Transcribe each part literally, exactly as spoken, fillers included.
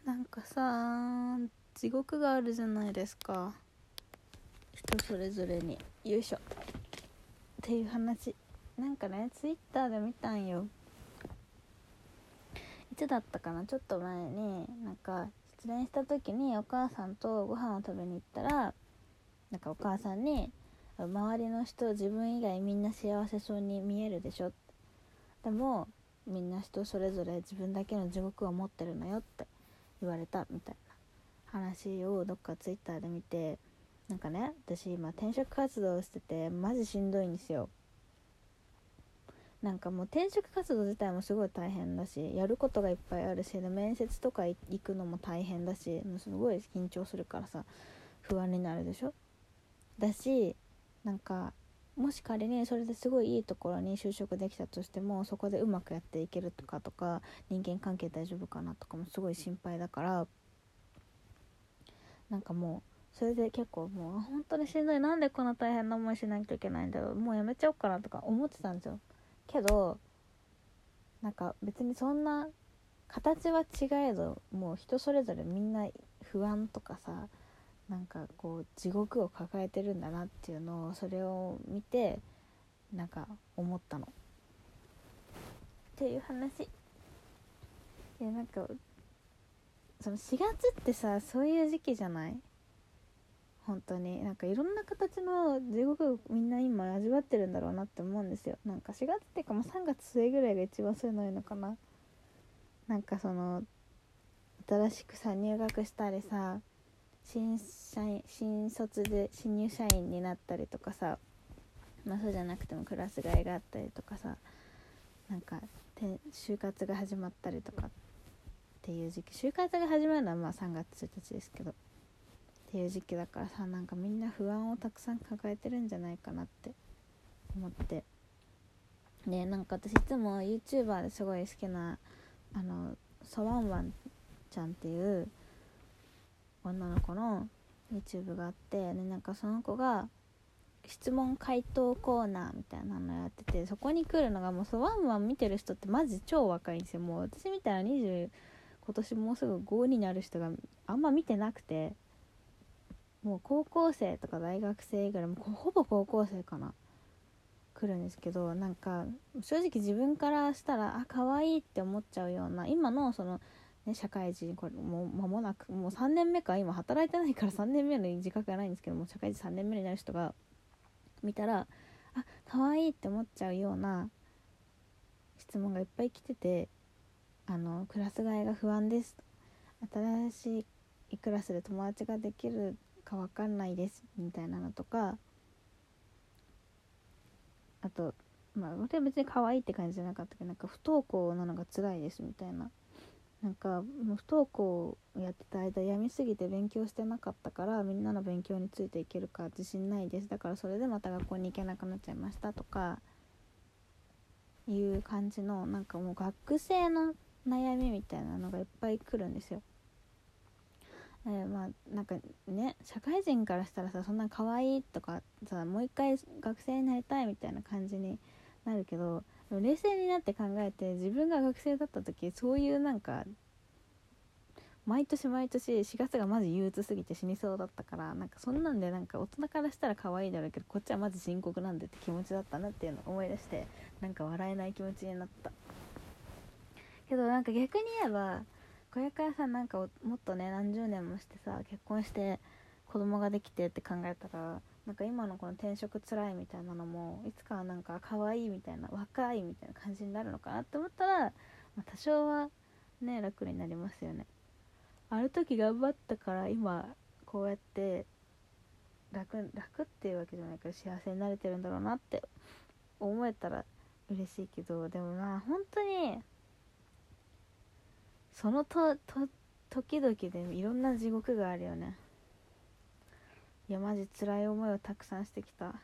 なんかさ、地獄があるじゃないですか、人それぞれに。よいしょっていう話。なんかね、ツイッターで見たんよ。いつだったかな、ちょっと前になんか失恋した時にお母さんとご飯を食べに行ったら、なんかお母さんに、周りの人自分以外みんな幸せそうに見えるでしょ、でもみんな人それぞれ自分だけの地獄を持ってるのよって言われたみたいな話をどっかツイッターで見て、なんかね、私今転職活動しててマジしんどいんですよ。なんかもう転職活動自体もすごい大変だし、やることがいっぱいあるし、面接とか行くのも大変だし、もうすごい緊張するからさ、不安になるでしょ。だし、なんかもし仮にそれですごいいいところに就職できたとしても、そこでうまくやっていけるとかとか、人間関係大丈夫かなとかもすごい心配だから、なんかもうそれで結構もう本当にしんどい、なんでこんな大変な思いしなきゃいけないんだろう、もうやめちゃおうかなとか思ってたんですよ。けどなんか別にそんな、形は違えどもう人それぞれみんな不安とかさ、なんかこう地獄を抱えてるんだなっていうのを、それを見てなんか思ったのっていう話。いやなんかそのしがつってさ、そういう時期じゃない？本当になんかいろんな形の地獄をみんな今味わってるんだろうなって思うんですよ。なんかしがつっていうかもうさんがつ末ぐらいが一番そういうの多いのかな。なんかその新しくさ入学したりさ、新社員新卒で新入社員になったりとかさ、まあそうじゃなくてもクラス替えがあったりとかさ、なんか就活が始まったりとかっていう時期、就活が始まるのはまあさんがつついたちですけどっていう時期だからさ、なんかみんな不安をたくさん抱えてるんじゃないかなって思って。でなんか私いつも YouTuber ですごい好きなあのソワンワンちゃんっていう女の子の YouTube があって、でなんかその子が質問回答コーナーみたいなのやってて、そこに来るのがもうソワンワン見てる人ってマジ超若いんですよ。もう私みたいなにじゅう、今年もうすぐごになる人があんま見てなくて、もう高校生とか大学生ぐらい、もうほぼ高校生かな、来るんですけど、なんか正直自分からしたらあ可愛いって思っちゃうような、今のそのね社会人、これもう間もなくもうさんねんめか、今働いてないからさんねんめの自覚がないんですけども、社会人さんねんめになる人が見たらあ可愛いって思っちゃうような質問がいっぱい来てて、あのクラス替えが不安です、新しいクラスで友達ができるか分かんないですみたいなのとか、あとまあ私は別に可愛いって感じじゃなかったけど、なんか不登校なのが辛いですみたいな、なんかもう不登校をやってた間病みすぎて勉強してなかったから、みんなの勉強についていけるか自信ないです、だからそれでまた学校に行けなくなっちゃいましたとかいう感じの、なんかもう学生の悩みみたいなのがいっぱい来るんですよ。えー、まあなんかね、社会人からしたらさ、そんな可愛いとかさ、もう一回学生になりたいみたいな感じになるけど、でも冷静になって考えて、自分が学生だった時そういうなんか毎年毎年しがつがマジ憂鬱すぎて死にそうだったから、なんかそんなんでなんか大人からしたら可愛いだろうけど、こっちはマジ深刻なんでって気持ちだったなっていうのを思い出して、なんか笑えない気持ちになったけど、なんか逆に言えばこれからさ、なんかもっとね何十年もしてさ結婚して子供ができてって考えたら、なんか今のこの転職つらいみたいなのもいつかはなんか可愛いみたいな、若いみたいな感じになるのかなって思ったら、まあ、多少はね楽になりますよね。ある時頑張ったから今こうやって楽楽っていうわけじゃないけど幸せになれてるんだろうなって思えたら嬉しいけど、でもな本当にそのとと時々でいろんな地獄があるよね。いやマジ辛い思いをたくさんしてきた。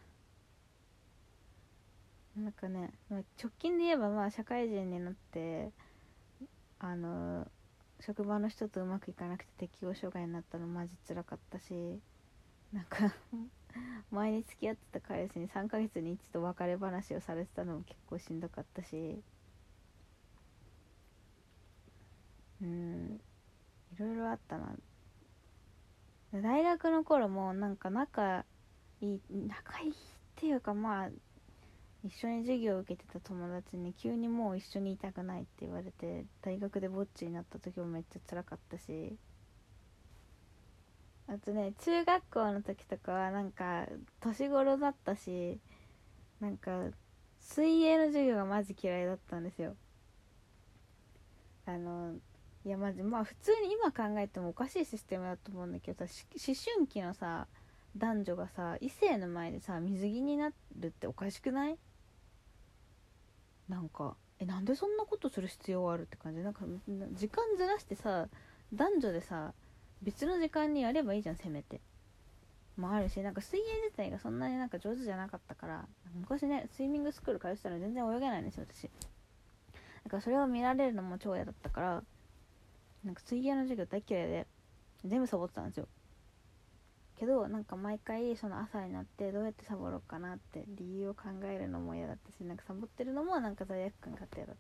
なんかね、直近で言えばまあ社会人になってあの職場の人とうまくいかなくて適応障害になったのマジ辛かったし、なんか前に付き合ってた彼氏にさんかげつに一度別れ話をされてたのも結構しんどかったし、うーんいろいろあったな。大学の頃もなんか仲いい仲いいっていうか、まあ一緒に授業を受けてた友達に急にもう一緒にいたくないって言われて大学でぼっちになった時もめっちゃ辛かったし、あとね中学校の時とかはなんか年頃だったし、なんか水泳の授業がマジ嫌いだったんですよ。あのいやマジまあ普通に今考えてもおかしいシステムだと思うんだけどさ、思春期のさ男女がさ異性の前でさ水着になるっておかしくない？なんかえなんでそんなことする必要あるって感じ。なんか時間ずらしてさ男女でさ別の時間にやればいいじゃん、せめて。もあるし、なんか水泳自体がそんなになんか上手じゃなかったから、昔ねスイミングスクール通ってたら全然泳げないんですよ私。だからそれを見られるのも超嫌だったから、なんか水泳の授業大嫌いで全部サボってたんですよ。けどなんか毎回その朝になってどうやってサボろうかなって理由を考えるのも嫌だったし、なんかサボってるのもなんか罪悪感があって嫌だった。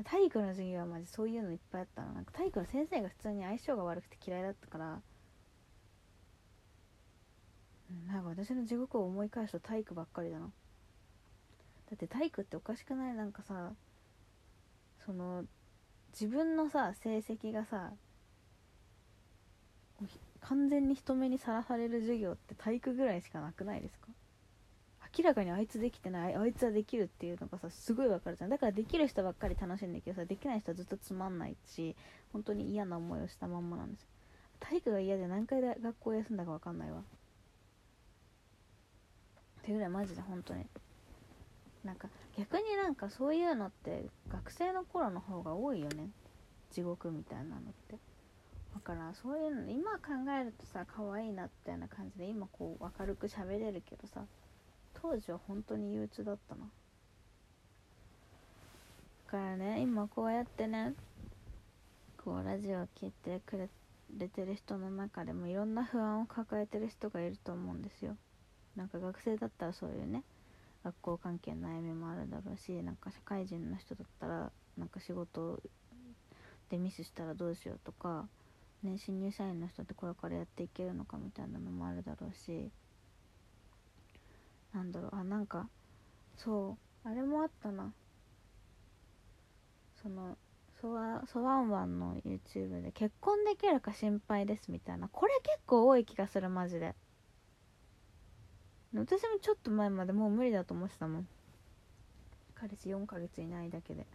体育の授業はマジそういうのいっぱいあったの。なんか体育の先生が普通に相性が悪くて嫌いだったから、なんか私の地獄を思い返すと体育ばっかりだな。だって体育っておかしくない？なんかさ、その自分のさ成績がさ完全に人目にさらされる授業って体育ぐらいしかなくないですか？明らかにあいつできてない、あいつはできるっていうのがさすごいわかるじゃん。だからできる人ばっかり楽しいんだけどさ、できない人はずっとつまんないし本当に嫌な思いをしたまんまなんですよ。体育が嫌で何回で学校休んだかわかんないわっていうぐらいマジで本当に。なんか逆になんかそういうのって学生の頃の方が多いよね、地獄みたいなのって。だからそういうの今考えるとさ可愛いなってな感じで今こう明るく喋れるけどさ、当時は本当に憂鬱だったな。だからね今こうやってねこうラジオを聞いてくれてる人の中でもいろんな不安を抱えてる人がいると思うんですよ。なんか学生だったらそういうね学校関係の悩みもあるだろうし、なんか社会人の人だったらなんか仕事でミスしたらどうしようとかね、新入社員の人ってこれからやっていけるのかみたいなのもあるだろうし、なんだろう、あなんかそうあれもあったな、そのソワソワンワンの YouTube で結婚できるか心配ですみたいな、これ結構多い気がするマジで。私もちょっと前までもう無理だと思ってたもん、彼氏よんかげついないだけで。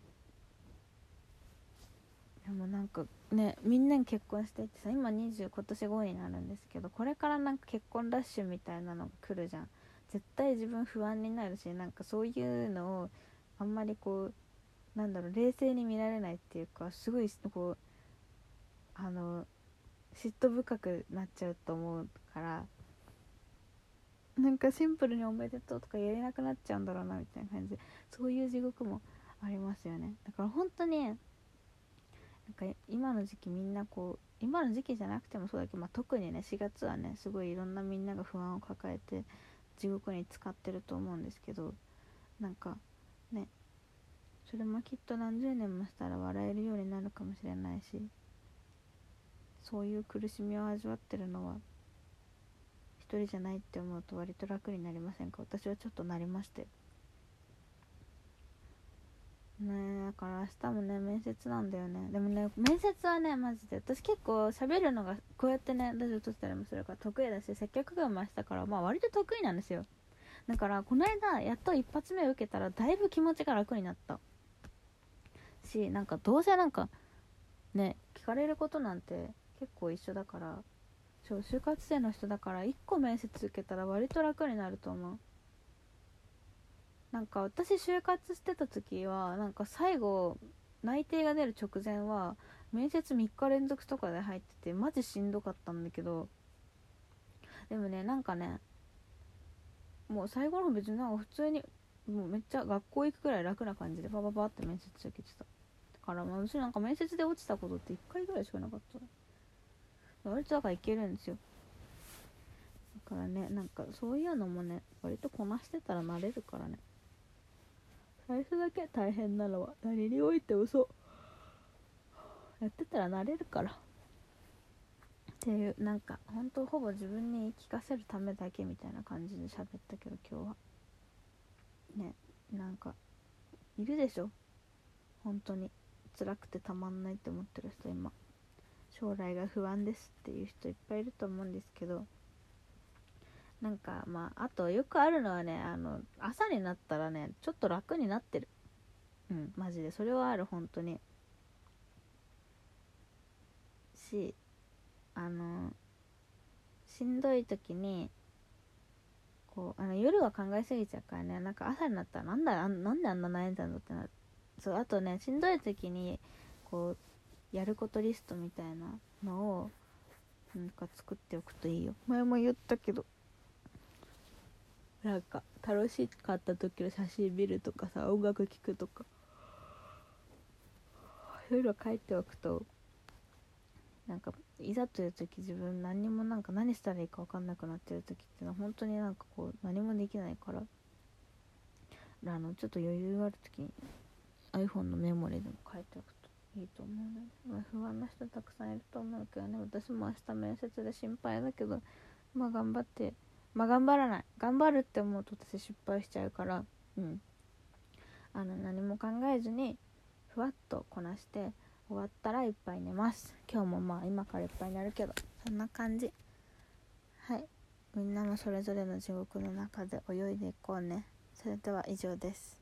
でもなんかねみんなに結婚していってさ、今にじゅう今年ごになるんですけど、これからなんか結婚ラッシュみたいなのが来るじゃん。絶対自分不安になるし、なんかそういうのをあんまりこうなんだろう冷静に見られないっていうか、すごいこうあの嫉妬深くなっちゃうと思うから、なんかシンプルにおめでとうとかやれなくなっちゃうんだろうなみたいな感じで、そういう地獄もありますよね。だから本当になんか今の時期みんなこう今の時期じゃなくてもそうだけど、まあ、特にねしがつはねすごいいろんなみんなが不安を抱えて地獄に使ってると思うんですけど、なんかねそれもきっと何十年もしたら笑えるようになるかもしれないし、そういう苦しみを味わってるのは一人じゃないって思うと割と楽になりませんか？私はちょっとなりましてね。えだから明日もね面接なんだよね。でもね面接はねマジで私結構喋るのがこうやってねラジオ撮ったりもするから得意だし、接客業もしたからまあ割と得意なんですよ。だからこの間やっと一発目受けたらだいぶ気持ちが楽になったし、なんかどうせなんかね聞かれることなんて結構一緒だから、そう就活生の人だからいっこ面接受けたら割と楽になると思う。なんか私就活してた時はなんか最後内定が出る直前は面接みっか連続とかで入っててマジしんどかったんだけど、でもねなんかねもう最後の方別になんか普通にもうめっちゃ学校行くくらい楽な感じでパパパって面接受けてたから、まあ私なんか面接で落ちたことっていっかいぐらいしかなかった割とだからいけるんですよ。だからねなんかそういうのもね割とこなしてたらなれるからね。最初だけ大変なのは何においてもそうやってたら慣れるからっていう、なんか本当ほぼ自分に言い聞かせるためだけみたいな感じで喋ったけど、今日はね、なんかいるでしょ本当に辛くてたまんないって思ってる人、今将来が不安ですっていう人いっぱいいると思うんですけど、なんかまああとよくあるのはね、あの朝になったらねちょっと楽になってる。うんマジでそれはある、本当に。しあのしんどい時にこうあの夜は考えすぎちゃうからね、なんか朝になったらなんだあなんであんな悩んだのってなる。そう、あとねしんどい時にこうやることリストみたいなのをなんか作っておくといいよ。前も言ったけど、なんか楽しかった時の写真見るとかさ、音楽聴くとか、そういうの書いておくと、なんかいざという時、自分何にもなんか何したらいいか分かんなくなってる時ってのは本当になんかこう何もできないから、あのちょっと余裕がある時に iPhone のメモリでも書いておくといいと思うので、まあ、不安な人たくさんいると思うけどね、私も明日面接で心配だけど、まあ頑張って、まあ頑張らない頑張るって思うと私失敗しちゃうから、うんあの何も考えずにふわっとこなして終わったらいっぱい寝ます。今日もまあ今からいっぱい寝るけど、そんな感じ。はい、みんなもそれぞれの地獄の中で泳いでいこうね。それでは以上です。